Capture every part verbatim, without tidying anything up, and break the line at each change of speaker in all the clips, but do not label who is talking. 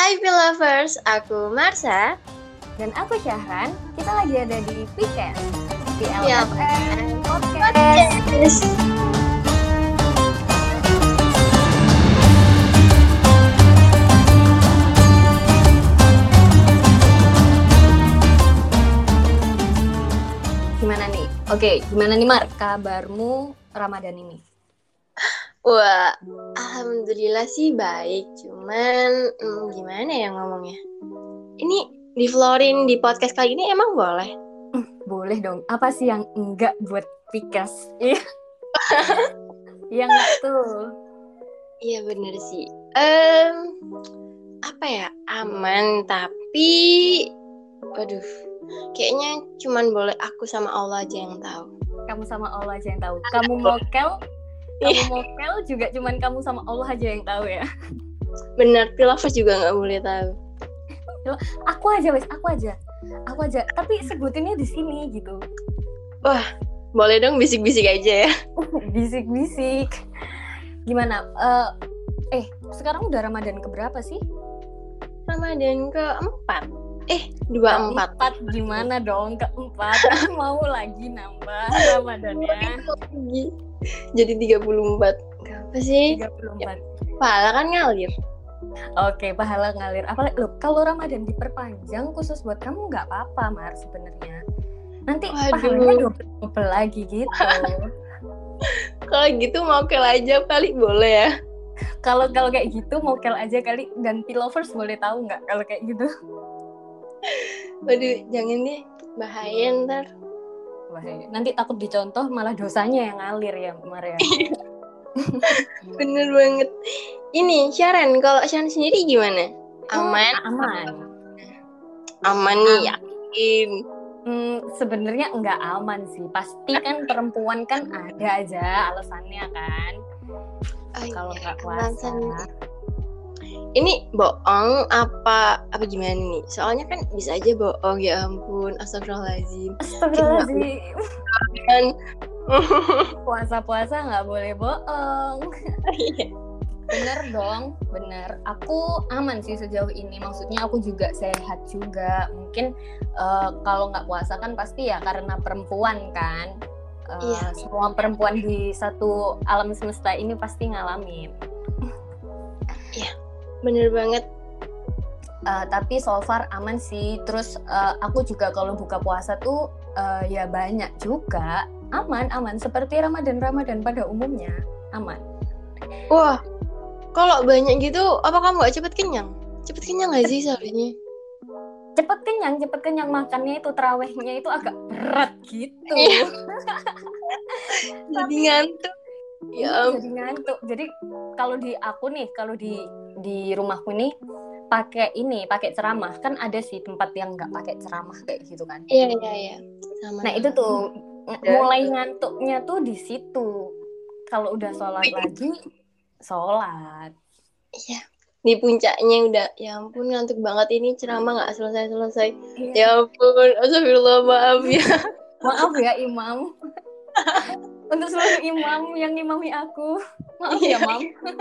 Hai Pilovers, aku Marsha.
Dan aku Syahran. Kita lagi ada di Piken P L
Ya.
F M Podcast.
Podcast.
Gimana nih? Oke, gimana nih Mar? Kabarmu Ramadan ini?
Wah, alhamdulillah sih baik. Cuman hmm, gimana ya ngomongnya? Ini di Florin di podcast kali ini emang boleh?
Boleh dong. Apa sih yang enggak buat Pikes? Iya. Yang enggak tuh.
Iya bener sih. Um, apa ya? Aman tapi, waduh, kayaknya cuman boleh aku sama Allah aja yang tahu.
Kamu sama Allah aja yang tahu. Kamu mokel, kamu mokel juga cuman kamu sama Allah aja yang tahu ya.
Bener, Pilovers juga nggak boleh tahu.
Aku aja wes, aku aja, aku aja. Tapi sebutinnya di sini gitu.
Wah, boleh dong bisik-bisik aja ya.
Bisik-bisik. Gimana? Uh, eh, sekarang udah Ramadan keberapa sih?
Ramadan keempat. Eh, dua empat.
Keempat gimana dong? Keempat. Mau lagi nambah Ramadannya.
Lagi. Jadi tiga puluh empat. Apa sih?
tiga puluh empat.
Pahala kan ngalir.
Oke, pahala ngalir. Apalagi loh, kalau Ramadan diperpanjang khusus buat kamu nggak apa-apa, Mar, sebenarnya. Nanti
Waduh.
pahalanya double lagi gitu.
Kalau gitu mokel aja kali boleh ya.
Kalau kalau kayak gitu mokel aja kali, dan Pilovers boleh tahu nggak kalau kayak gitu?
Waduh, jangan deh, bahaya ntar.
Bahaya. Nanti takut dicontoh malah dosanya yang ngalir ya, Mar ya.
Bener banget. Ini Sharon, kalau Sharon sendiri gimana? Aman?
Oh, aman.
Aman nih, yakin.
Hmm, sebenarnya nggak aman sih. Pasti kan perempuan kan ada aja alasannya kan.
Oh,
kalau
iya,
nggak puasa.
Ini bohong apa apa gimana nih? Soalnya kan bisa aja bohong, ya ampun, astagfirullahaladzim.
Astagfirullahaladzim.
Kan
Puasa-puasa nggak boleh bohong. Bener dong, bener. Aku aman sih sejauh ini. Maksudnya aku juga sehat juga. Mungkin uh, kalau nggak puasa kan pasti ya karena perempuan kan. Uh,
iya.
Semua perempuan di satu alam semesta ini pasti ngalamin.
Iya, bener banget.
Uh, tapi so far aman sih. Terus uh, aku juga kalau buka puasa tuh uh, ya banyak juga. Aman, aman. Seperti Ramadan-Ramadan pada umumnya. Aman.
Wah, kalau banyak gitu, apa kamu gak cepet kenyang? Cepet kenyang gak sih seharusnya?
Cepet kenyang, cepet kenyang. Makannya itu terawihnya itu agak berat gitu.
Jadi ngantuk.
Ya, jadi ngantuk. Jadi kalau di aku nih, kalau di di rumahku nih pakai ini, pakai ceramah. Kan ada sih tempat yang nggak pakai ceramah kayak gitu kan.
Iya, iya, iya. Sama.
Nah, itu tuh mulai ngantuknya tuh di situ. Kalau udah sholat lagi, sholat.
Iya. Di puncaknya udah, ya ampun ngantuk banget ini ceramah nggak selesai-selesai.
Iya.
Ya ampun, astagfirullah, maaf ya.
Maaf ya imam. Untuk seluruh imam yang imami aku, maaf
Iya.
ya mam.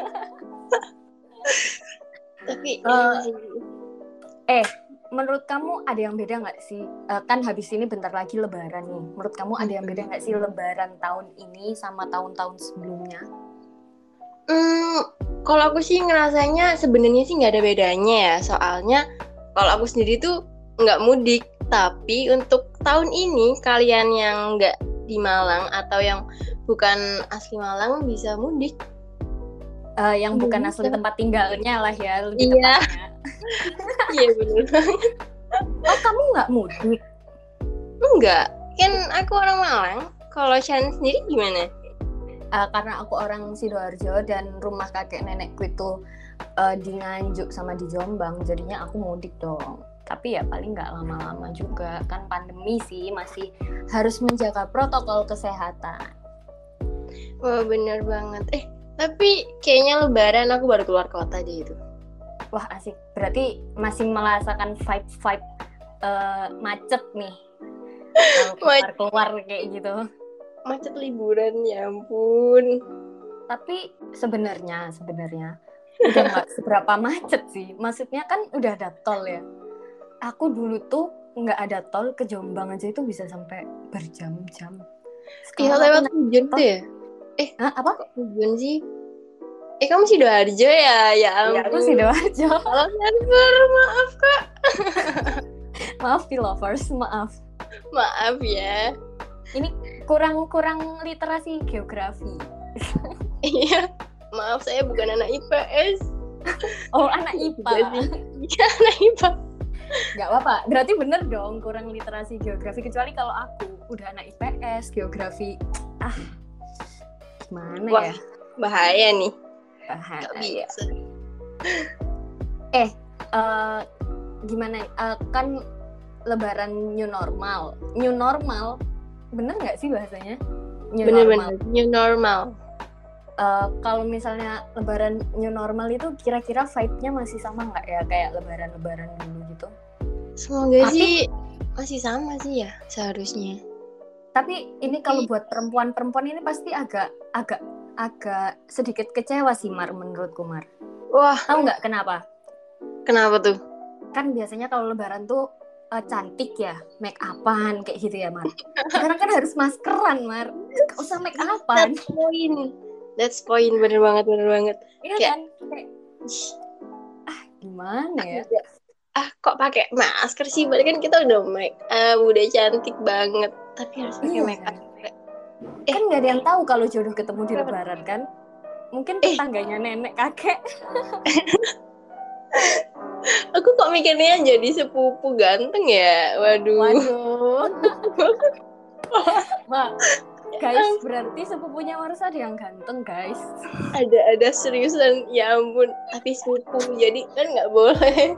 Tapi
Uh,
masih...
eh, menurut kamu ada yang beda nggak sih? Uh, kan habis ini bentar lagi Lebaran nih. Menurut kamu ada yang beda nggak sih Lebaran tahun ini sama tahun-tahun sebelumnya?
Hmm, kalau aku sih ngerasanya sebenarnya sih nggak ada bedanya ya. Soalnya kalau aku sendiri tuh nggak mudik. Tapi untuk tahun ini kalian yang nggak di Malang atau yang bukan asli Malang bisa mudik.
Uh, yang bukan
bisa.
Asli tempat tinggalnya lah ya, lebih
Iya.
tepatnya.
Iya benar.
Oh, kamu nggak mudik?
Enggak, kan aku orang Malang. Kalau Shan sendiri gimana?
Uh, karena aku orang Sidoarjo dan rumah kakek nenekku itu uh, di Nganjuk sama di Jombang, jadinya aku mudik dong. Tapi ya paling nggak lama-lama juga, kan pandemi sih, masih harus menjaga protokol kesehatan.
Wah bener banget. Eh tapi kayaknya Lebaran aku baru keluar kota aja itu.
Wah asik, berarti masih merasakan vibe-vibe uh, macet nih kalau keluar-keluar kayak gitu.
Macet liburan, ya ampun.
Tapi sebenarnya sebenarnya udah nggak seberapa macet sih. Maksudnya kan udah ada tol ya. Aku dulu tuh nggak ada tol ke Jombang aja itu bisa sampai berjam-jam.
Iya,
Sekarang
lewat
aku
Tujuan tuh ya? Eh,
Hah, apa?
kok Tujuan sih? Eh, kamu Sidoarjo ya? Ya
Iya, aku
ampun.
Sidoarjo.
Salah server, maaf Kak.
Maaf lovers, maaf.
Maaf ya.
Ini kurang kurang literasi geografi.
Iya, maaf saya bukan anak I P S.
Oh, anak I P A.
Iya, anak I P A.
Gak apa-apa, berarti bener dong kurang literasi geografi. Kecuali kalau aku udah anak I P S, geografi. Ah, gimana
Wah,
ya?
bahaya nih.
Bahaya.
Gak bisa.
Eh, uh, gimana? Uh, kan Lebaran new normal. New normal, bener nggak sih bahasanya? New
Bener-bener
normal.
new normal.
Uh, kalau misalnya Lebaran new normal itu kira-kira vibe-nya masih sama nggak ya kayak Lebaran-Lebaran dulu gitu?
Semoga
Tapi,
sih masih sama sih ya seharusnya.
Tapi ini kalau buat perempuan-perempuan ini pasti agak agak agak sedikit kecewa sih Mar, menurutku Mar.
Wah,
tahu nggak kenapa?
Kenapa tuh?
Kan biasanya kalau Lebaran tuh uh, cantik ya, make upan kayak gitu ya Mar. Sekarang kan harus maskeran Mar, gak usah make upan.
That's point, that's point, bener banget, bener banget.
Iya
Kayak,
kan? Kayak, ah gimana ya?
Ah kok pakai masker sih? Padahal kan kita udah make up, udah cantik banget, tapi harus pakai
Iya,
make up.
kan? Eh, kan nggak ada yang tahu kalau jodoh ketemu di Lebaran kan? Mungkin tetangganya eh. nenek kakek.
Aku kok mikirnya jadi sepupu ganteng ya? Waduh.
Waduh. Mak, guys, berarti sepupunya Marsa ada yang ganteng, guys.
Ada ada seriusan, ya ampun. Tapi sepupu, jadi kan nggak boleh.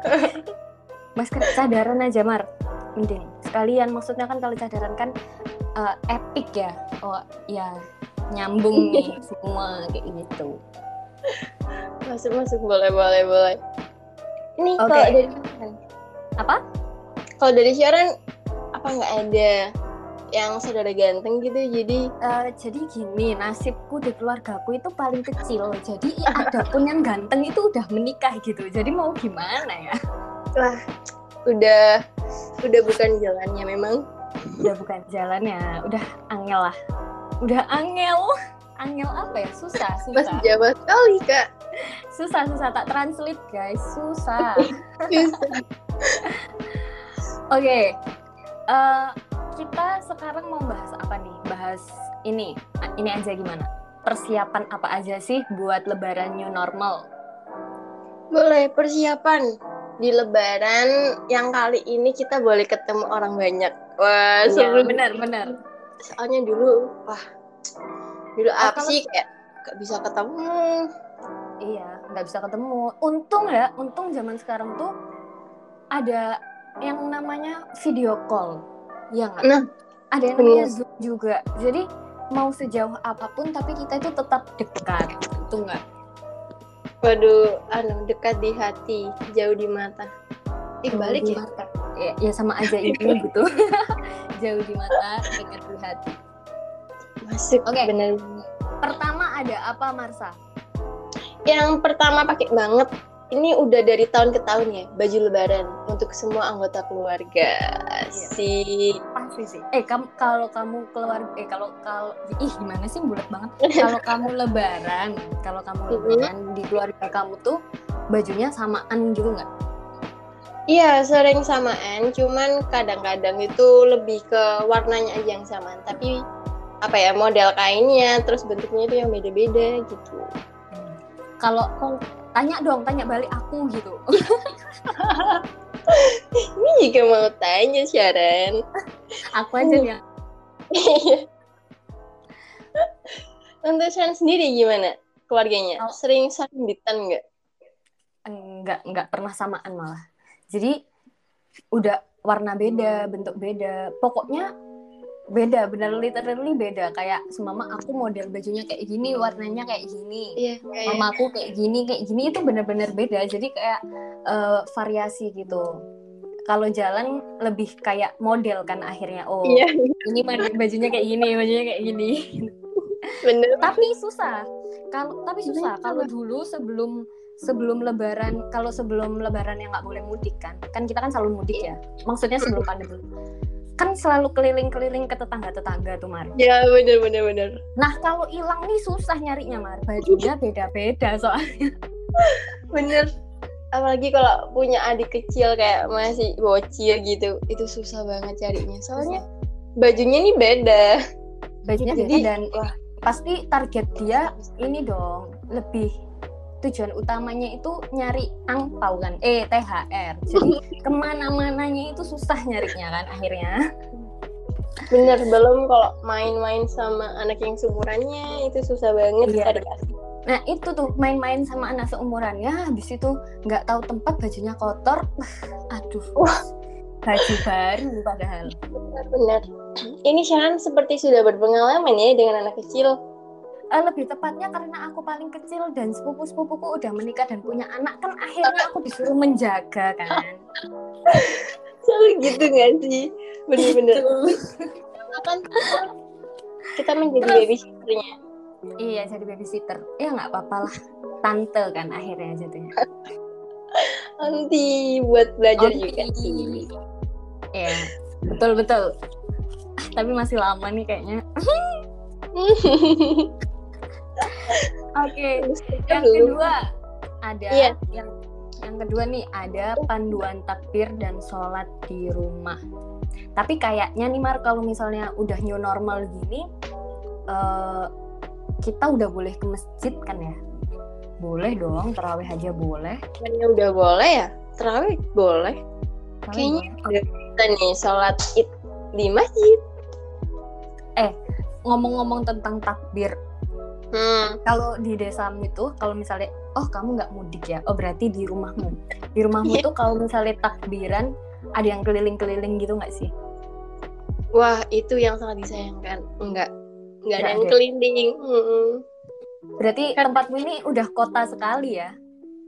Masker cadaran aja Mar, mending sekalian. Maksudnya kan kalau cadaran kan uh, epic ya. Oh ya, nyambung nih semua kayak gitu.
Masuk masuk boleh boleh boleh. Ini okay. Kalau dari
apa?
Kalau dari siaran apa nggak ada yang saudara ganteng gitu? Jadi
uh, jadi gini, nasibku di keluargaku itu paling kecil. Jadi ada pun yang ganteng itu udah menikah gitu. Jadi mau gimana ya?
Wah, udah udah bukan jalannya memang.
Udah bukan jalannya, udah angel lah. Udah angel. Angel apa ya? Susah, susah.
Masih Jawa sekali, Kak.
Susah, susah. Tak translate, guys. Susah.
Susah.
Oke. Okay. Uh, kita sekarang mau bahas apa nih? Bahas ini. Ini aja gimana? Persiapan apa aja sih buat Lebaran new normal?
Boleh, persiapan. Di Lebaran yang kali ini kita boleh ketemu orang banyak. Wah,
iya,
seru.
Benar-benar.
Soalnya dulu, wah, dulu oh, apa sih kayak gak bisa ketemu.
Iya, gak bisa ketemu. Untung ya, untung zaman sekarang tuh ada yang namanya video call. Ya nggak?
Nah,
ada yang namanya Zoom juga. Jadi mau sejauh apapun tapi kita itu tetap dekat. Itu nggak?
Waduh, anu dekat di hati, jauh di mata. Eh, balik ya?
Mata. ya? Ya sama aja ini gitu. Jauh di mata, dekat di hati.
Masuk. Oke. Okay. Benar.
Pertama ada apa, Marsa?
Yang pertama pakai banget. Ini udah dari tahun ke tahun ya, baju Lebaran untuk semua anggota keluarga. Si
pasti sih. Eh, kamu kalau kamu keluarga, eh kalau kalau ih gimana sih bulat banget. Kalau kamu Lebaran, kalau kamu Lebaran di keluarga kamu tuh bajunya samaan gitu nggak?
Iya, sering samaan. Cuman kadang-kadang itu lebih ke warnanya aja yang samaan. Tapi apa ya, model kainnya, terus bentuknya itu yang beda-beda gitu.
Kalau hmm. Tanya dong, tanya balik aku gitu.
Ini juga mau tanya, Sharon.
Aku aja nih.
Untuk Sharon sendiri gimana keluarganya? Oh. Sering sambitan nggak?
Enggak, enggak pernah samaan malah. Jadi udah warna beda, bentuk beda. Pokoknya beda, benar literally beda. Kayak semama aku model bajunya kayak gini, warnanya kayak gini.
Iya, kayak...
Mama aku kayak gini, kayak gini itu benar-benar beda. Jadi kayak uh, variasi gitu. Kalau jalan lebih kayak model kan akhirnya. Oh, iya. Ini bajunya kayak gini, bajunya kayak gini.
Bener.
Tapi susah. Kalau tapi susah. Kalau dulu sebelum sebelum lebaran, kalau sebelum lebaran yang nggak boleh mudik kan, kan kita kan selalu mudik ya. Maksudnya sebelum pandemi. Kan selalu keliling-keliling ke tetangga-tetangga tuh Mar.
Ya bener bener bener.
Nah kalau hilang nih susah nyarinya Mar, bajunya beda-beda soalnya.
Bener. Apalagi kalau punya adik kecil kayak masih bocil gitu, itu susah banget carinya. Soalnya bajunya nih beda.
Bajunya
Jadi,
beda dan wah, pasti target dia ini dong lebih. Tujuan utamanya itu nyari angpau kan, eh T H R. Jadi kemana-mananya itu susah nyarinya kan akhirnya.
Bener, belum kalau main-main sama anak yang seumurannya itu susah banget
Iya.
cari kasih.
Nah itu tuh main-main sama anak seumurannya, habis itu nggak tahu tempat, bajunya kotor, aduh,
Wah.
baju baru padahal.
Benar-benar. Ini Shan seperti sudah berpengalaman ya dengan anak kecil.
Uh, lebih tepatnya karena aku paling kecil dan sepupu-sepupuku udah menikah dan punya anak, kan akhirnya aku disuruh menjaga kan.
Selalu gitu nggak sih? Bener-bener. Kan kita menjadi babysitternya.
Iya, jadi babysitter. Ya nggak apa-apa lah, tante kan akhirnya jadinya.
Nanti buat belajar
Onti.
juga sih.
Iya, betul-betul. Ah, tapi masih lama nih kayaknya. Oke, okay. Yang kedua ada
iya.
yang yang kedua nih ada panduan takbir dan sholat di rumah. Tapi kayaknya nih Mar, kalau misalnya udah new normal gini, uh, kita udah boleh ke masjid kan ya? Boleh dong, tarawih aja boleh.
Kayaknya udah boleh ya, tarawih boleh. Kayaknya udah bisa nih sholat id di masjid.
Eh, ngomong-ngomong tentang takbir.
Hmm.
Kalau di desamu itu, kalau misalnya, oh kamu nggak mudik ya, oh berarti di rumahmu. Di rumahmu tuh kalau misalnya takbiran, ada yang keliling-keliling gitu nggak sih?
Wah, itu yang sangat disayangkan. Enggak, enggak ada yang
ada.
keliling. Hmm.
Berarti
Kan
tempatmu ini udah kota sekali ya?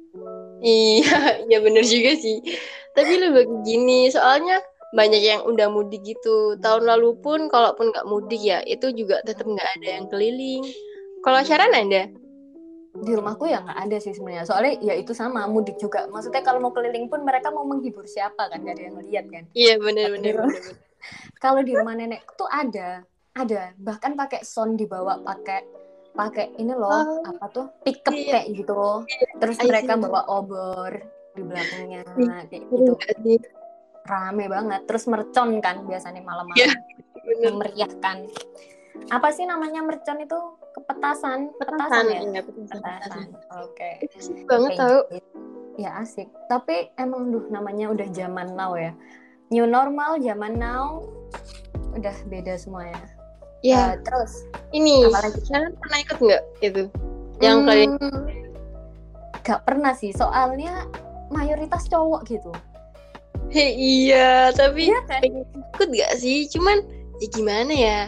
Iya, ya bener juga sih. Tapi lebih gini, soalnya banyak yang udah mudik gitu. Tahun lalu pun, kalaupun nggak mudik ya, itu juga tetap nggak ada yang keliling. Kalau Sharon ada?
Di rumahku ya nggak ada sih sebenarnya. Soalnya ya itu sama, mudik juga. Maksudnya kalau mau keliling pun mereka mau menghibur siapa kan? Nggak ada yang ngeliat kan?
Iya bener-bener.
Kalau di rumah nenek tuh ada, ada. Bahkan pakai sound dibawa, pakai pakai ini loh, oh, apa tuh, pickup iya. Kayak gitu loh. Terus I mereka see. Bawa obor di belakangnya, kayak gitu. Rame banget. Terus mercon kan biasanya malam-malam, yeah, memeriahkan. Apa sih namanya mercon itu? Kepetasan, petasan, petasan ya? Petasan. Oke. Okay.
Asik banget tau.
Ya asik. Tapi emang duh namanya udah zaman now ya. New normal, zaman now udah beda semua ya.
Ya.
Uh, terus
ini kalian pernah ikut nggak itu? Yang hmm, kalian
nggak pernah sih, soalnya mayoritas cowok gitu.
Hei, iya, tapi
iya, kan?
Ikut nggak sih? Cuman ya gimana ya?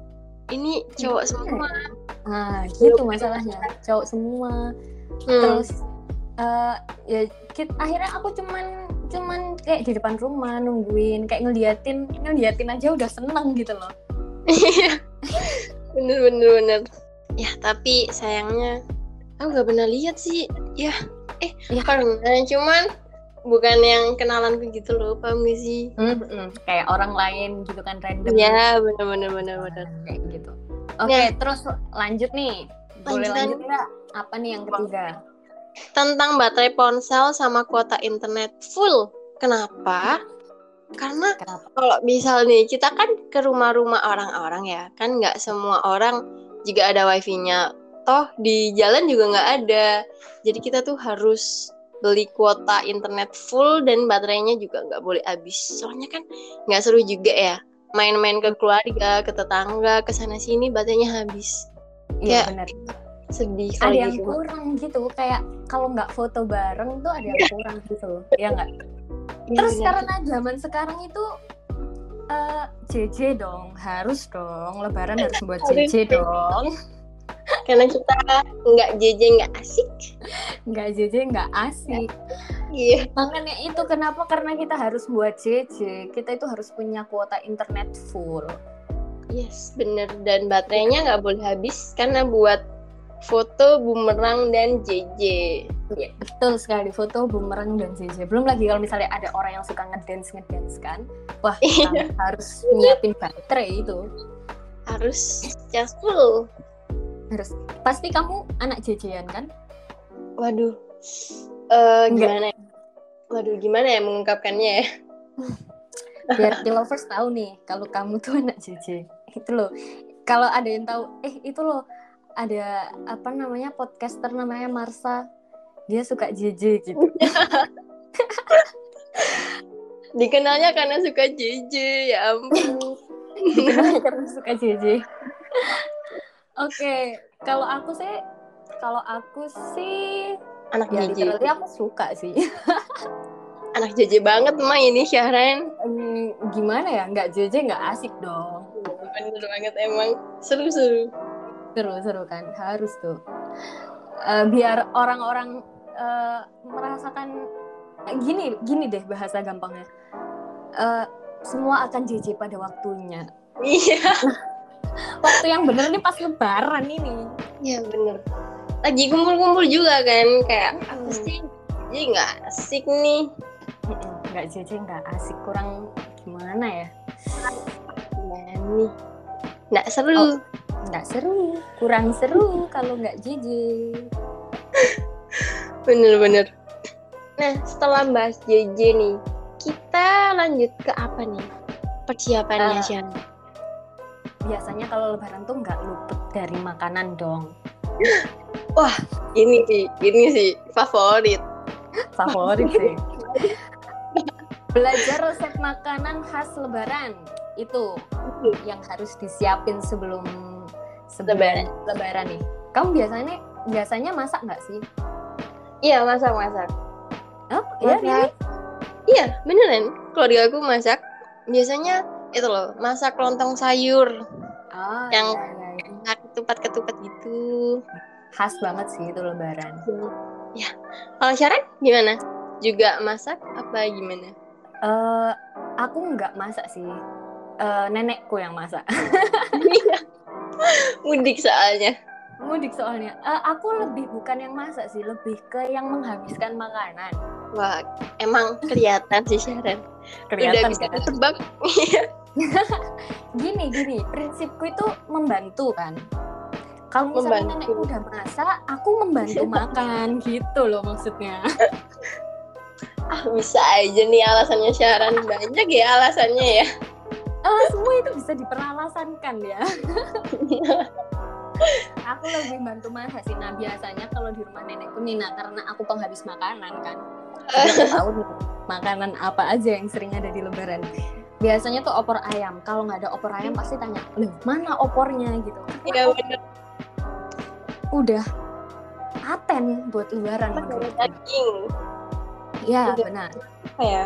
Ini cowok semua.
Nah, gitu masalahnya. Cowok semua. Hmm. Terus uh, ya kita, akhirnya aku cuman cuman kayak di depan rumah nungguin, kayak ngeliatin ngeliatin aja udah seneng gitu loh.
Iya. bener bener bener. Ya tapi sayangnya aku nggak pernah lihat sih. Ya eh ya. Pernah cuman bukan yang kenalan gitu loh, paham gak sih?
Mm-hmm. Kayak orang lain gitu kan, random.
Ya bener bener bener bener.
Kayak gitu. Oke, okay, nah, terus lanjut nih. Boleh lanjutan, lanjut nggak? Apa nih yang ketiga?
Tentang baterai ponsel sama kuota internet full. Kenapa? Karena Kenapa? Kalau misal nih, kita kan ke rumah-rumah orang-orang ya, kan nggak semua orang juga ada wifi-nya. Toh di jalan juga nggak ada. Jadi kita tuh harus beli kuota internet full dan baterainya juga nggak boleh habis. Soalnya kan nggak seru juga ya. Main-main ke keluarga, ke tetangga, ke sana sini baterainya habis.
Iya benar.
Sedih.
Ada yang gitu. Kurang gitu, kayak kalau nggak foto bareng tuh ada yang kurang gitu, ya nggak? Ya, terus bener. Karena zaman sekarang itu uh, J J dong, harus dong, Lebaran harus buat J J dong.
Karena kita nggak J J nggak asik,
nggak J J nggak asik.
Iya.
Makanya itu kenapa, karena kita harus buat J J, kita itu harus punya kuota internet full.
Yes, bener. Dan baterainya nggak boleh habis karena buat foto, bumerang dan J J.
Ya, betul sekali, foto bumerang dan J J. Belum lagi kalau misalnya ada orang yang suka ngedance ngedance kan, wah kamu harus nyiapin baterai itu.
Harus charge full.
Harus. Pasti kamu anak J J-an kan?
Waduh, uh, gimana? Ya? Waduh, gimana ya mengungkapkannya ya?
Biar the lovers tahu nih, kalau kamu tuh anak J J. Itu loh. Kalau ada yang tahu, eh itu loh, ada apa namanya podcaster namanya Marsha. Dia suka J J gitu.
Dikenalnya karena suka J J, ya ampun.
Dikenalnya karena suka J J. Oke, okay. Kalau aku sih, kalau aku sih
anak
ya
J J.
Literally aku suka sih.
Anak J J banget mah ini Syahran.
Hmm, gimana ya? Nggak J J nggak asik dong.
Bener banget emang. Seru-seru.
Seru-seru kan, harus tuh. Uh, biar orang-orang Uh, merasakan uh, gini gini deh bahasa gampangnya, uh, semua akan J J pada waktunya.
Iya.
Waktu yang bener nih pas lebaran ini.
Iya bener. Lagi kumpul-kumpul juga kan, kayak hmm. apa sih? Jadi nggak asik nih.
Nggak J J nggak asik, kurang gimana ya?
Gimana nih? Nggak seru.
Oh, nggak seru, kurang seru kalau nggak J J.
Bener-bener. Nah, setelah bahas J J nih, kita lanjut ke apa nih? Persiapannya, uh, Syah.
Biasanya kalau lebaran tuh nggak luput dari makanan dong.
Wah, ini sih, ini sih favorit.
Favorit sih. Belajar resep makanan khas lebaran. Itu yang harus disiapin sebelum sebelum lebaran, lebaran nih. Kamu biasanya biasanya masak nggak sih?
Iya, masak-masak.
Oh, iya,
masak. Iya, beneran. Keluarga aku masak. Biasanya itu loh, masak lontong sayur.
Oh,
yang
iya, iya.
ketupat-ketupat gitu.
Khas banget sih itu lebaran.
Ya. Kalau Syahran gimana? Juga masak apa gimana?
Uh, aku nggak masak sih. Uh, nenekku yang masak.
Mudik soalnya.
Mudik soalnya. Uh, aku lebih bukan yang masak sih, lebih ke yang menghabiskan makanan.
Wah, emang kelihatan sih Syahran.
Kelihatan
udah bisa
kan?
Ketebak.
Gini, gini, prinsipku itu membantu kan. Kalau misalnya nenekku udah masak, aku membantu makan gitu loh maksudnya.
Ah, bisa aja nih alasannya Syahran. Banyak ya alasannya ya.
Uh, semua itu bisa diperalasankan ya. Aku lebih bantu masak sih. Nah biasanya kalau di rumah nenekku nih, nah karena aku penghabis makanan kan, jadi aku tahu nih makanan apa aja yang sering ada di lebaran. Biasanya tuh opor ayam. Kalau nggak ada opor ayam pasti tanya, loh mana opornya gitu.
Iya benar.
Udah paten buat lebaran.
Daging.
Iya benar.
Apa ya?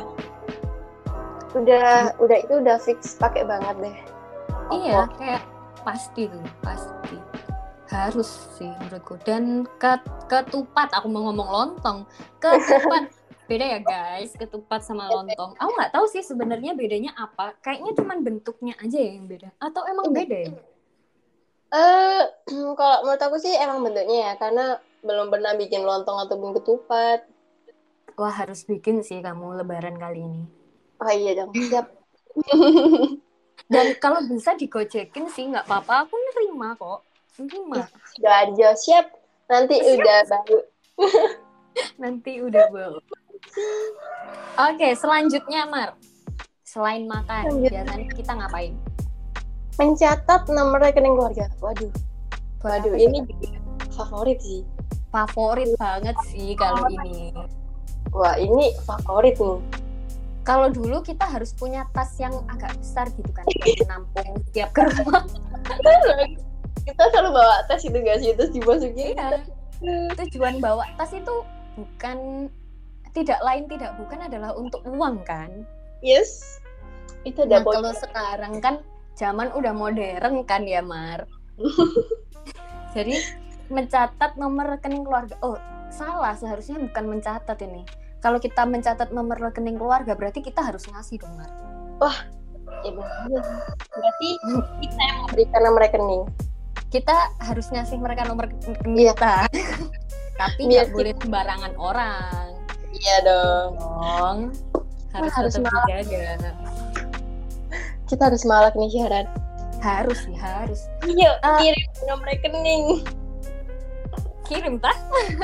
Udah, udah itu udah fix pakai banget deh. Opor.
Iya kayak pasti tuh, pasti. Harus sih menurutku. Dan ketupat, aku mau ngomong lontong, ketupat beda ya guys, ketupat sama lontong. Aku nggak tahu sih sebenarnya bedanya apa. Kayaknya cuma bentuknya aja ya yang beda. Atau emang beda ya?
Eh, uh, kalau menurut aku sih emang bentuknya ya, karena belum pernah bikin lontong ataupun ketupat.
Wah harus bikin sih kamu lebaran kali ini.
Oh iya dong, siap.
Dan kalau bisa digojekin sih nggak apa-apa, aku nerima kok. Nerima.
Sudah aja, siap. Nanti siap. Udah baru.
Nanti udah baru. Oke, selanjutnya Mar. Selain makan, Lanjut. biasanya kita ngapain?
Mencatat nomor rekening keluarga. Waduh. Waduh, Waduh ini juga favorit sih.
Favorit banget sih kalau ini.
Wah, ini favorit nih.
Kalau dulu kita harus punya tas yang agak besar gitu kan, buat menampung setiap ke rumah.
Kita selalu bawa tas itu gak sih, terus dimasukin.
Iya. Tujuan bawa tas itu bukan, tidak lain tidak bukan adalah untuk uang kan?
Yes. Itu ada.
Nah, kalau sekarang kan zaman udah modern kan ya Mar. Jadi mencatat nomor rekening keluarga. Oh salah, seharusnya bukan mencatat ini. Kalau kita mencatat nomor rekening keluarga berarti kita harus ngasih dong Mar.
Wah, ya benar. Berarti kita yang memberikan nomor rekening.
Kita harus ngasih mereka nomor rekening
iya.
kita. Tapi
Biar
nggak boleh sembarangan orang.
Iya dong.
Dong. Harus,
harus
tetap
malak.
dijaga.
Kita harus malak nih syarat.
Harus sih, harus.
Iya,
Uh,
kirim nomor rekening.
Kirim tas.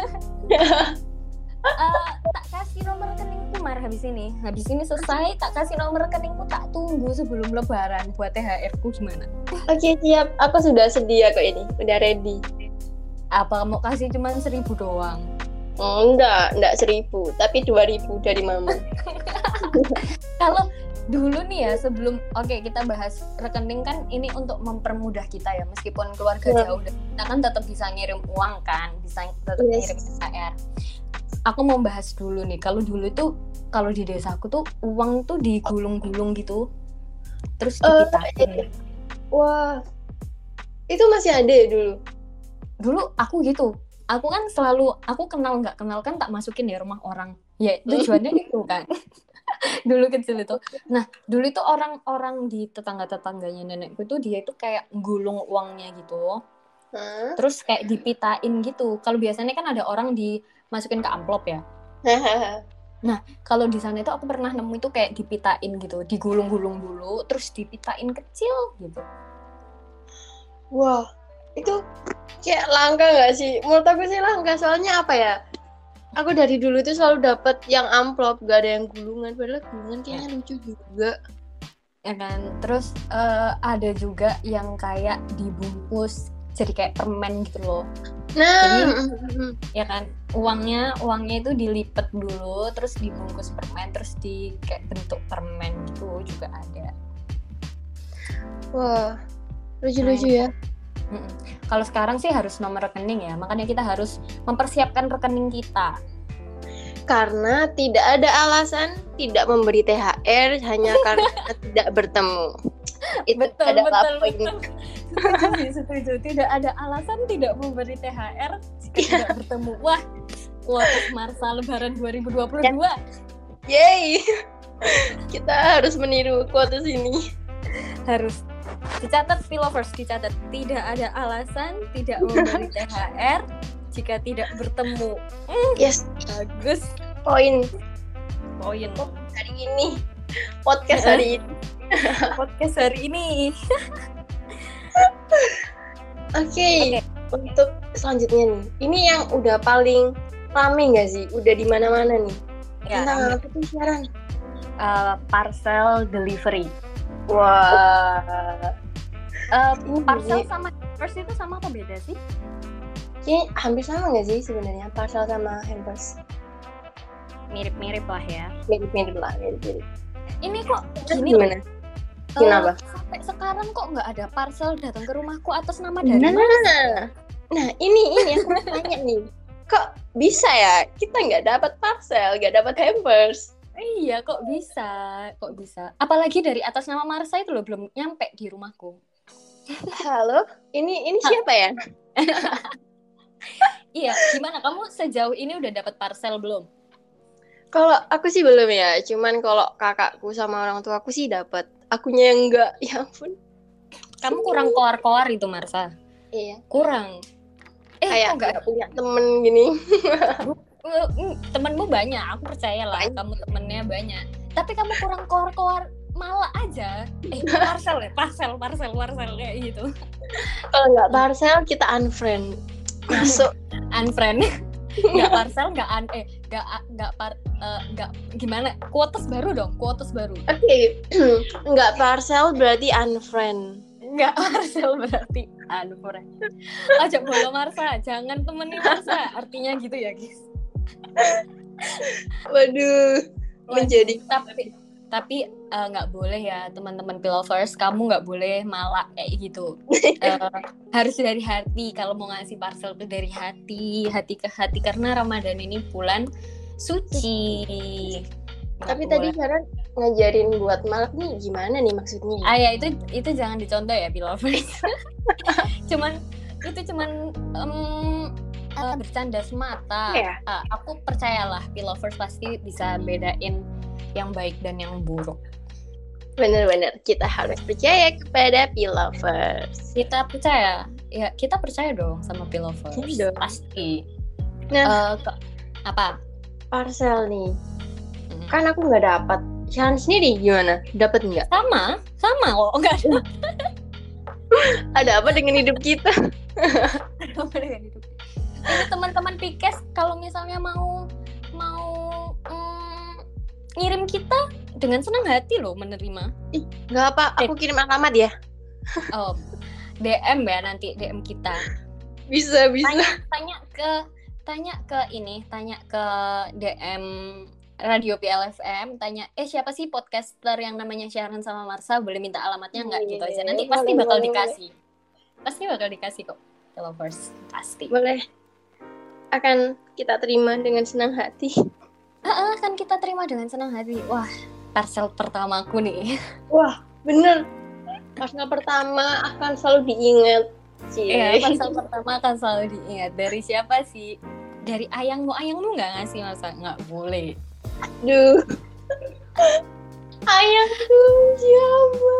uh, tak kasih nomor rekeningku Mar habis ini. Habis ini selesai, tak kasih nomor rekeningku, tak tunggu sebelum lebaran buat T H R ku gimana?
Oke, siap. Aku sudah sedia kok ini. Udah ready.
Apa mau kasih cuman seribu doang?
Oh, enggak, enggak seribu, tapi dua ribu dari mama.
Kalau dulu nih ya sebelum oke okay, kita bahas rekening kan ini untuk mempermudah kita ya meskipun keluarga yeah. jauh kita kan tetap bisa ngirim uang kan bisa tetap yes. ngirim T H R. Aku mau bahas dulu nih kalau dulu tuh kalau di desaku tuh uang tuh digulung-gulung gitu terus dipitahin. Uh,
wah itu masih ada ya dulu?
Dulu aku gitu. Aku kan selalu aku kenal nggak kenal kan tak masukin ya rumah orang ya tujuannya itu kan. Dulu kecil itu. Nah, dulu itu orang-orang di tetangga-tetangganya nenekku tuh dia itu kayak gulung uangnya gitu. Huh? Terus kayak dipitain gitu. Kalau biasanya kan ada orang dimasukin ke amplop ya. Nah, kalau di sana itu aku pernah nemu itu kayak dipitain gitu, digulung-gulung dulu terus dipitain kecil gitu.
Wah, itu kayak langka nggak sih? Menurut aku sih langka, soalnya apa ya? Aku dari dulu tuh selalu dapet yang amplop, gak ada yang gulungan. Padahal gulungan kayaknya ya. Lucu juga.
Ya kan, terus uh, ada juga yang kayak dibungkus jadi kayak permen gitu loh.
Nah,
jadi ya kan uangnya uangnya itu dilipet dulu, terus dibungkus permen, terus di kayak bentuk permen gitu juga ada.
Wah, lucu-lucu nah, ya.
Mm-mm. Kalau sekarang sih harus nomor rekening ya, makanya kita harus mempersiapkan rekening kita.
Karena tidak ada alasan tidak memberi T H R hanya karena tidak bertemu. Itu
betul,
ada
betul,
apa ini?
Setuju sih, setuju. Tidak ada alasan tidak memberi T H R jika tidak bertemu. Wah, quotes Marsa Lebaran dua ribu dua puluh dua.
Yeay, kita harus meniru quotes ini.
Harus. Dicatat Pilovers, dicatat. Tidak ada alasan tidak memberi T H R jika tidak bertemu. Mm,
yes,
bagus.
Poin.
Poin.
Hari ini. Podcast hari ini.
Podcast hari ini.
Oke. Okay. Okay. Untuk selanjutnya nih. Ini yang udah paling rame nggak sih? Udah di mana-mana nih.
Ya,
tentang apa tuh siaran?
Uh, parcel delivery.
Wah.
Uh, parcel sama hampers itu sama apa beda sih?
Kayaknya hampir sama nggak sih sebenarnya parcel sama hampers?
Mirip-mirip lah ya.
Mirip-mirip lah, mirip-mirip.
Ini kok gini
gimana? Kenapa?
Uh, sampai sekarang kok nggak ada parcel datang ke rumahku atas nama dari
nah,
mana?
Nah, ini ini aku tanya nih. Kok bisa ya kita nggak dapat parcel, nggak dapat hampers?
Iya, kok bisa? Kok bisa? Apalagi dari atas nama Marsa itu loh belum nyampe di rumahku.
Halo, ini ini siapa ya?
Iya, gimana kamu sejauh ini udah dapat parcel belum?
Kalau aku sih belum ya, cuman kalau kakakku sama orang tua aku sih dapat. Akunya yang enggak, ya ampun.
Kamu kurang koar-koar itu Marsa.
Iya.
Kurang.
Eh, kayak enggak punya temen gini.
Temenmu banyak, aku percaya lah. Banyak. Kamu temennya banyak. Tapi kamu kurang koar-koar. Malah aja, eh parcel ya, parcel, parcel, parcel kayak gitu.
Kalau nggak parcel kita unfriend, masuk
unfriend, nggak parcel, nggak un, eh nggak nggak par, uh, nggak gimana? Quotes baru dong, quotes baru.
Oke, okay. Nggak parcel berarti unfriend.
Nggak parcel berarti unfriend. Ajak bolo Marsa, jangan temenin Marsa, artinya gitu ya guys.
Waduh, menjadi
tapi tapi nggak uh, boleh ya teman-teman Pilovers, kamu nggak boleh malak kayak gitu. uh, harus dari hati. Kalau mau ngasih parcel tuh dari hati, hati ke hati, karena Ramadan ini bulan suci. Gak
tapi
boleh.
Tadi Sharon ngajarin buat malak nih gimana nih maksudnya?
Ah ya itu itu jangan dicontoh ya Pilovers. cuman itu cuman um, uh, bercanda semata. Yeah. Uh, aku percayalah Pilovers pasti bisa bedain yang baik dan yang buruk.
Bener-bener, kita harus percaya kepada Pilovers.
Kita percaya, ya kita percaya dong sama Pilovers.
Iya.
Pasti.
Nah,
uh, ke, apa?
Parcel nih.
Hmm.
Kan aku nggak dapat. Sharon sendiri gimana? Dapat nggak?
Sama, sama kok. Enggak ada.
Ada apa dengan hidup kita?
Ada apa dengan hidup? Ini teman-teman Pikes kalau misalnya mau mau mm, ngirim kita dengan senang hati loh menerima.
Ih, nggak apa, aku kirim alamat ya.
Oh, D M ya nanti D M kita.
Bisa, bisa.
Tanya, tanya ke tanya ke ini, tanya ke D M Radio P L F M, tanya, eh siapa sih podcaster yang namanya Sharon sama Marsha, boleh minta alamatnya nggak gitu aja. Nanti pasti
boleh,
bakal
boleh,
dikasih. Boleh. Pasti bakal dikasih kok. Lovers, pasti.
Boleh. Akan kita terima dengan senang hati.
Ah, akan kita terima dengan senang hati. Wah, parcel pertamaku nih.
Wah, bener. Parcel pertama akan selalu diingat.
Iya, parcel pertama akan selalu diingat. Dari siapa sih? Dari ayangmu, ayangmu nggak ngasih masa? Nggak boleh.
Aduh. Ayangku siapa?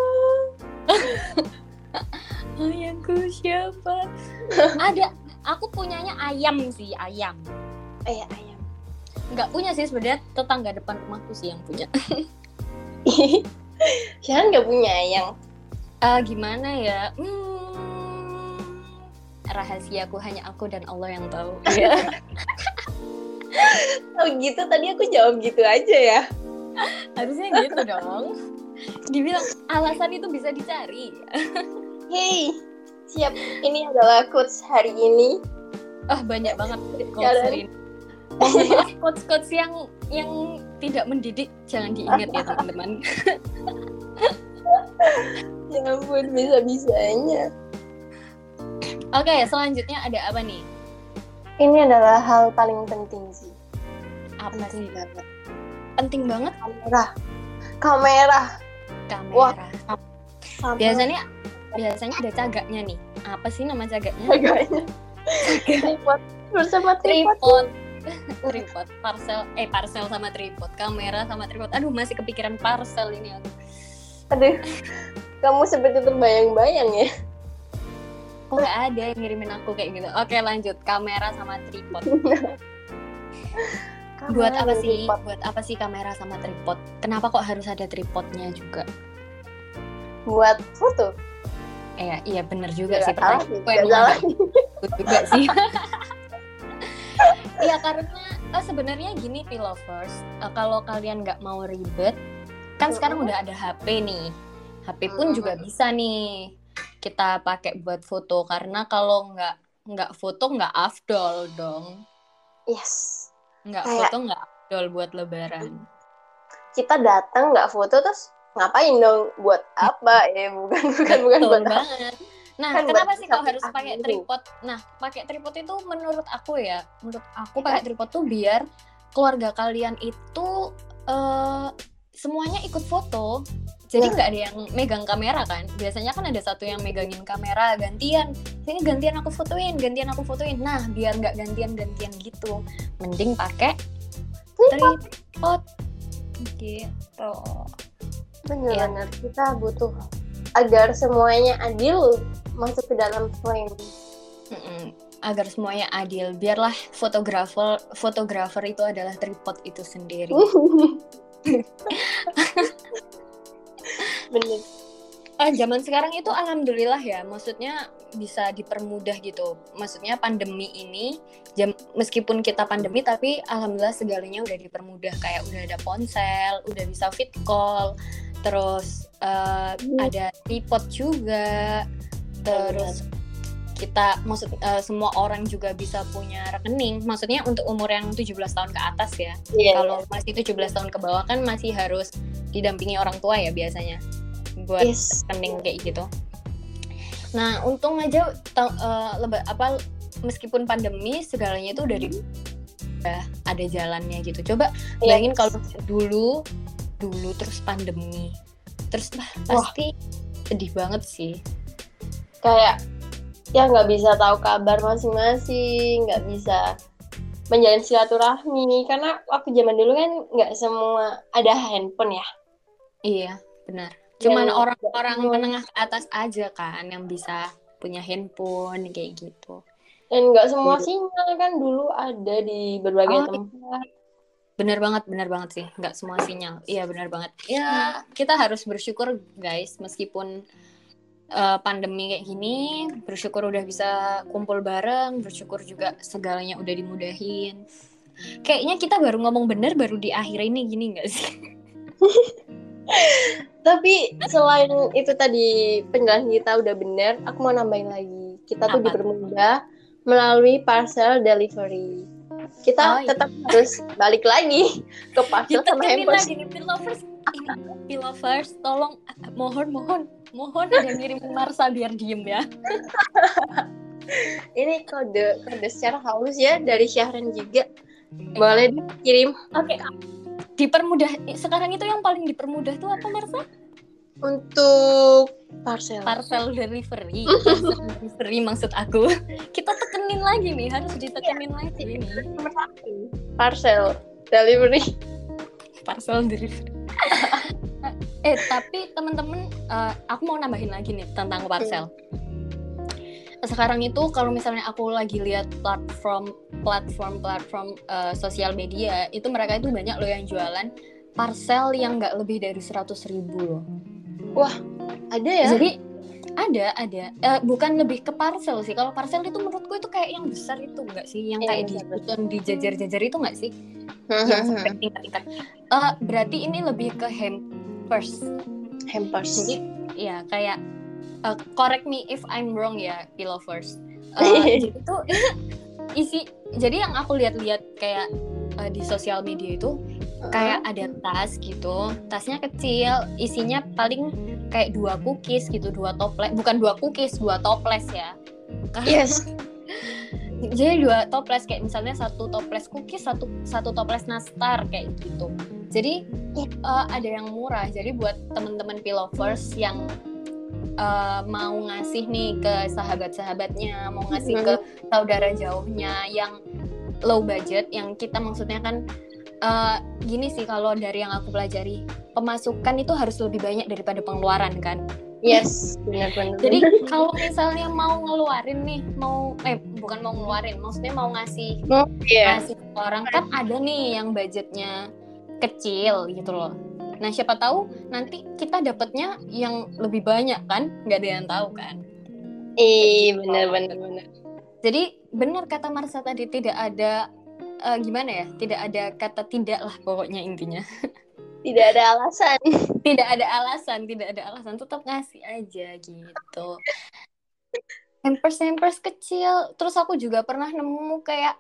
Ayangku siapa? Ada, aku punyanya ayam sih, ayam.
Ayah, ayam.
Nggak punya sih sebenarnya, tetangga depan rumahku sih yang punya.
Sharon nggak punya ayang.
Uh, gimana ya? Hmm, rahasiaku hanya aku dan Allah yang tahu.
Oh gitu, tadi aku jawab gitu aja ya.
Harusnya gitu dong. Dibilang alasan itu bisa dicari.
Hey, siap. Ini adalah quotes hari ini.
Oh, banyak banget quotes hari ini. Mohon maaf, quotes-quotes yang yang tidak mendidik jangan diingat ya teman-teman.
Ya ampun, bisa-bisanya.
Oke, okay, selanjutnya ada apa nih?
Ini adalah hal paling penting sih.
Apa
penting
sih?
Banget.
Penting banget.
Kamera. Kamera.
Kamera.
Wah.
Biasanya biasanya ada cagaknya nih. Apa sih nama cagaknya?
Cagaknya. Tripod. Bersama tripod.
Tripod. Tripod. Parcel. Eh parcel sama tripod. Kamera sama tripod. Aduh, masih kepikiran parcel ini aku.
Aduh. Kamu seperti terbayang-bayang ya.
Kok nggak ada yang ngirimin aku kayak gitu. Oke, lanjut. Kamera sama tripod. Buat apa sih? Tripod. Buat apa sih kamera sama tripod? Kenapa kok harus ada tripodnya juga?
Buat foto.
Eh, iya bener juga
ya,
sih pertanyaan. juga sih. Iya karena oh, sebenarnya gini P-lovers, uh, kalau kalian nggak mau ribet, kan mm-hmm. sekarang udah ada H P nih. H P pun mm-hmm. juga bisa nih kita pakai buat foto, karena kalau nggak nggak foto nggak afdol dong.
Yes.
Nggak Kayak, foto nggak afdol buat lebaran.
Kita datang nggak foto terus ngapain dong? Buat apa? Ya bukan bukan bukan buat
banget. Nah, kan kenapa sih kau harus pakai tripod? Nah, pakai tripod itu menurut aku ya, menurut aku ya. Pakai tripod tuh biar keluarga kalian itu uh, semuanya ikut foto. Jadi nggak ada yang megang kamera kan. Biasanya kan ada satu yang megangin kamera, gantian. Sini gantian aku fotoin, gantian aku fotoin. Nah, biar nggak gantian-gantian gitu. Mending pakai tripod. Gitu.
Benar-benar ya. Kita butuh agar semuanya adil masuk ke dalam frame.
Mm-mm. Agar semuanya adil. Biarlah fotografer fotografer itu adalah tripod itu sendiri.
Bener.
Ah, zaman sekarang itu alhamdulillah ya, maksudnya bisa dipermudah gitu. Maksudnya pandemi ini, jam, meskipun kita pandemi tapi alhamdulillah segalanya udah dipermudah. Kayak udah ada ponsel, udah bisa fit call, terus uh, hmm. ada tripod juga, terus kita maksud uh, semua orang juga bisa punya rekening. Maksudnya untuk umur yang tujuh belas tahun ke atas ya. Yeah. Kalau masih tujuh belas tahun ke bawah kan masih harus didampingi orang tua ya biasanya buat yes. rekening kayak gitu. Nah, untung aja ta- uh, leba- apa meskipun pandemi segalanya itu udah di udah ada jalannya gitu. Coba bayangin yes. kalau dulu dulu terus pandemi. Terus bah, pasti sedih banget sih.
Kayak ya nggak bisa tahu kabar masing-masing, nggak bisa menjalin silaturahmi, karena waktu zaman dulu kan nggak semua ada handphone ya.
Iya, benar. Cuman yang orang-orang menengah ke atas aja kan yang bisa punya handphone kayak gitu.
Dan nggak semua
Iya.
sinyal kan dulu ada di berbagai
Oh,
tempat.
bener banget, bener banget sih. Nggak semua sinyal. Iya, bener banget. Ya, kita harus bersyukur guys, meskipun uh, pandemi kayak gini, bersyukur udah bisa kumpul bareng, bersyukur juga segalanya udah dimudahin. Kayaknya kita baru ngomong bener baru di akhir ini gini nggak sih?
Tapi selain itu tadi penjelasan kita udah benar, aku mau nambahin lagi. Kita tuh
Apa?
dipermudah melalui parcel delivery.
Oh
Kita
iya.
tetap harus balik lagi ke parcel sama
Ditekenin
hampers.
lagi nih Pilovers. Ini Pilovers, tolong mohon mohon mohon ada ngirim Marsa biar diem ya.
Ini kode kode secara halus ya dari Syahran juga. Boleh dikirim.
Oke. Dipermudah. Sekarang itu yang paling dipermudah tuh apa Marsa?
Untuk parcel.
Parcel delivery. Parcel delivery maksud aku. Kita tekenin lagi nih, harus ditekenin yeah. lagi ini.
Nomor satu. Parcel delivery.
Parcel delivery. eh tapi teman-teman, uh, aku mau nambahin lagi nih tentang parcel. Sekarang itu kalau misalnya aku lagi lihat platform platform platform uh, sosial media, itu mereka itu banyak loh yang jualan parcel yang nggak lebih dari seratus ribu loh.
Wah, ada ya?
Jadi ada ada uh, bukan lebih ke parcel sih. Kalau parcel itu menurutku itu kayak yang besar itu nggak sih, yang kayak di di jajar-jajar itu nggak sih? Yang sampai tingkat-tingkat. Uh, berarti ini lebih ke hampers.
Hampers.
Jadi ya kayak uh, correct me if I'm wrong ya, Pilovers. Uh, jadi tuh isi. Jadi yang aku lihat-lihat kayak uh, di sosial media itu kayak ada tas gitu, tasnya kecil, isinya paling kayak dua cookies gitu, dua toples, bukan dua cookies, dua toples ya.
Yes.
Jadi dua toples, kayak misalnya satu toples cookies, satu satu toples nastar kayak gitu. Jadi uh, ada yang murah. Jadi buat teman-teman Pilovers yang uh, mau ngasih nih ke sahabat-sahabatnya, mau ngasih ke saudara jauhnya yang low budget, yang kita maksudnya kan Uh, gini sih, kalau dari yang aku pelajari, pemasukan itu harus lebih banyak daripada pengeluaran kan.
Yes, benar-benar.
Jadi kalau misalnya mau ngeluarin nih, mau eh bukan mau ngeluarin, maksudnya mau ngasih
oh, yeah.
ngasih ke orang, kan ada nih yang budgetnya kecil gitu loh. Nah siapa tahu nanti kita dapatnya yang lebih banyak kan, nggak ada yang tahu kan.
Eh gitu. benar-benar benar.
Jadi benar kata Marsa tadi, tidak ada Uh, gimana ya, tidak ada kata tidak lah pokoknya intinya.
Tidak ada alasan.
Tidak ada alasan, tidak ada alasan, tetap ngasih aja gitu. Hampers-hampers kecil. Terus aku juga pernah nemu kayak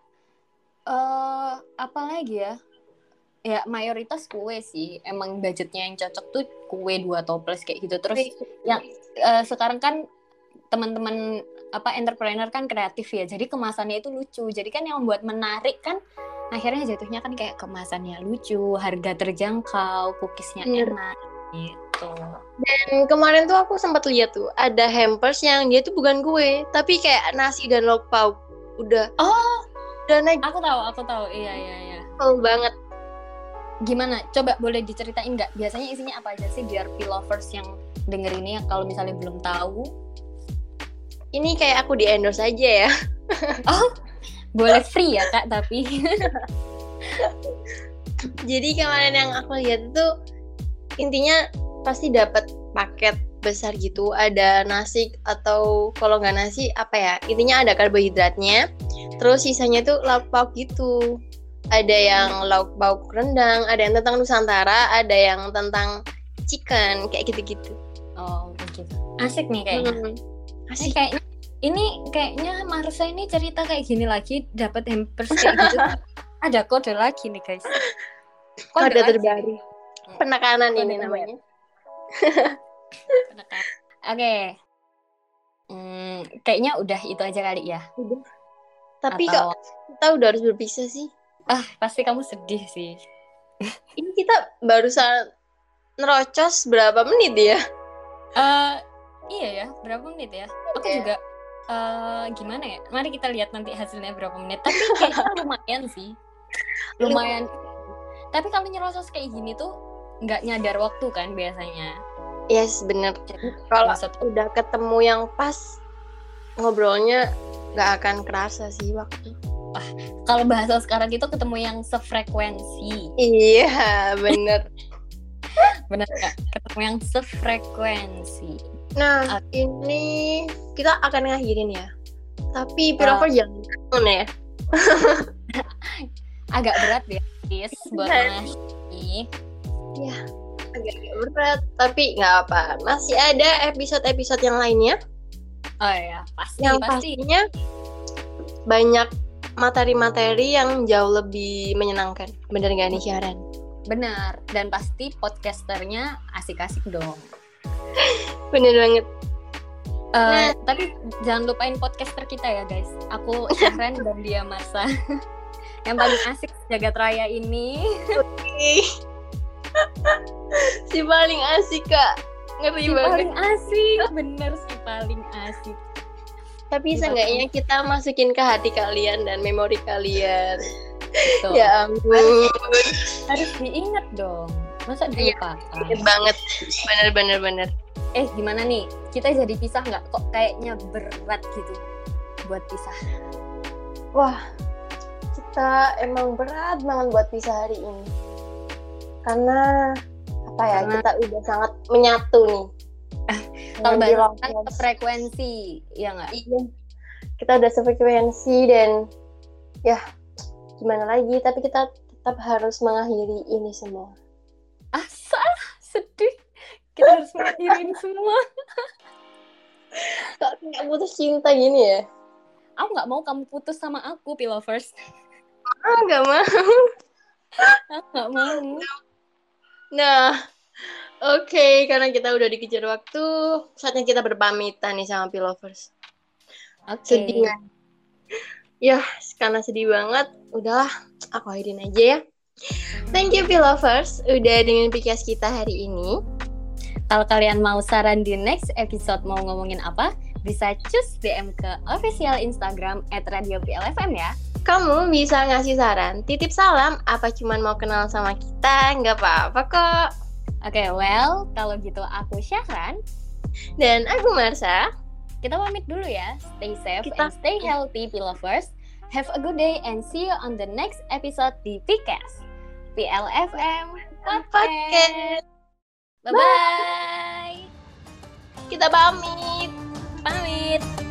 uh, apa lagi ya? Ya mayoritas kue sih. Emang budgetnya yang cocok tuh kue dua toples kayak gitu. Terus yang uh, sekarang kan teman-teman apa entrepreneur kan kreatif ya, jadi kemasannya itu lucu. Jadi kan yang membuat menarik kan akhirnya jatuhnya kan kayak kemasannya lucu, harga terjangkau, cookiesnya enak gitu.
Dan kemarin tuh aku sempat lihat tuh ada hampers yang dia tuh bukan kue, tapi kayak nasi dan lauk pauk. Udah.
Oh,
udah naik.
Aku tahu, aku tahu. Iya, iya, iya.
Tahu banget.
Gimana? Coba boleh diceritain nggak? Biasanya isinya apa aja sih biar Pilovers yang denger ini kalau misalnya belum tahu?
Ini kayak aku di endorse aja ya.
Oh, boleh free ya Kak, tapi.
Jadi kemarin yang aku lihat itu intinya pasti dapat paket besar gitu, ada nasi atau kalau nggak nasi apa ya, intinya ada karbohidratnya, terus sisanya tuh lauk pauk gitu. Ada yang lauk pauk rendang, ada yang tentang Nusantara, ada yang tentang chicken kayak gitu-gitu.
Oh, begitu. Asik nih kayaknya. Hmm.
Asik.
Ini kayaknya ini kayaknya Marsa ini cerita kayak gini lagi, dapat hampers kayak gitu. Ada kode lagi nih guys.
Kode, kode terbaru. Penekanan kode ini terbaru. Namanya.
Penekanan. Oke. Okay. Hmm, kayaknya udah itu aja kali ya.
Udah. Tapi
Atau...
kok kita udah harus berpisah sih.
Ah, pasti kamu sedih sih.
Ini kita barusan nerocos berapa menit ya?
Uh, iya ya, berapa menit ya? Aku
yeah.
juga uh, gimana ya? Mari kita lihat nanti hasilnya berapa menit. Tapi kayaknya lumayan sih. Lumayan. Tapi kalau nyerocos kayak gini tuh nggak nyadar waktu kan biasanya.
Yes, bener. Kalau udah ketemu yang pas, ngobrolnya nggak akan kerasa sih waktu.
Wah, kalau bahasa sekarang itu ketemu yang sefrekuensi.
Iya, bener.
Bener nggak? Ketemu yang sefrekuensi.
Nah, uh, ini kita akan ngakhirin ya. Tapi Pirover uh, jangan kangen ya.
Agak berat ya, guys, buat ngasih.
Ya, agak-agak berat. Tapi nggak apa. Masih ada episode-episode yang lainnya.
Oh ya, pasti.
Yang
pasti.
pastinya banyak materi-materi yang jauh lebih menyenangkan. Bener nggak nih Syahran?
Benar, dan pasti podcasternya asik-asik dong.
Bener banget.
Uh, nah. Tapi jangan lupain podcaster kita ya guys. Aku Syahran dan dia Marsa. Yang paling asik jagat raya ini.
Si paling asik kak. Ngeri
si
banget.
Paling asik, bener si paling asik.
Tapi seenggaknya kita masukin ke hati kalian dan memori kalian.
Betul.
Ya ampun.
Harus diingat dong. Masa dilupakan?
Ingat banget. Bener bener bener.
Eh gimana nih? Kita jadi pisah nggak? Kok kayaknya berat gitu buat pisah.
Wah, kita emang berat banget buat pisah hari ini. Karena apa ya? Karena... kita udah sangat menyatu nih.
Kalau bahkan frekuensi, ya nggak?
Iya. Kita udah sefrekuensi dan ya. Gimana lagi, tapi kita tetap harus mengakhiri ini semua.
Ah, salah, sedih. Kita harus mengakhiri ini semua.
Kok kayak putus cinta gini ya?
Aku nggak mau kamu putus sama aku, Pilovers.
Ah, nggak mau.
Aku nggak mau.
Nah, oke, okay, karena kita udah dikejar waktu, saatnya kita berpamitan nih sama Pilovers.
Oke. Okay.
Sedih kan? Ya, karena sedih banget, udahlah, aku akhirin aja ya. Thank you, Pilovers, udah dengan podcast kita hari ini.
Kalau kalian mau saran di next episode mau ngomongin apa, bisa cus D M ke official Instagram at radio P L F M ya.
Kamu bisa ngasih saran, titip salam, apa cuman mau kenal sama kita, nggak apa-apa kok.
Oke, okay, well, kalau gitu aku Syahran.
Dan aku Marsa.
Kita pamit dulu ya. Stay safe
Kita...
and stay healthy, Pilovers. Have a good day and see you on the next episode di P C A S. P L F M Podcast. Bye-bye.
Kita pamit.
Pamit.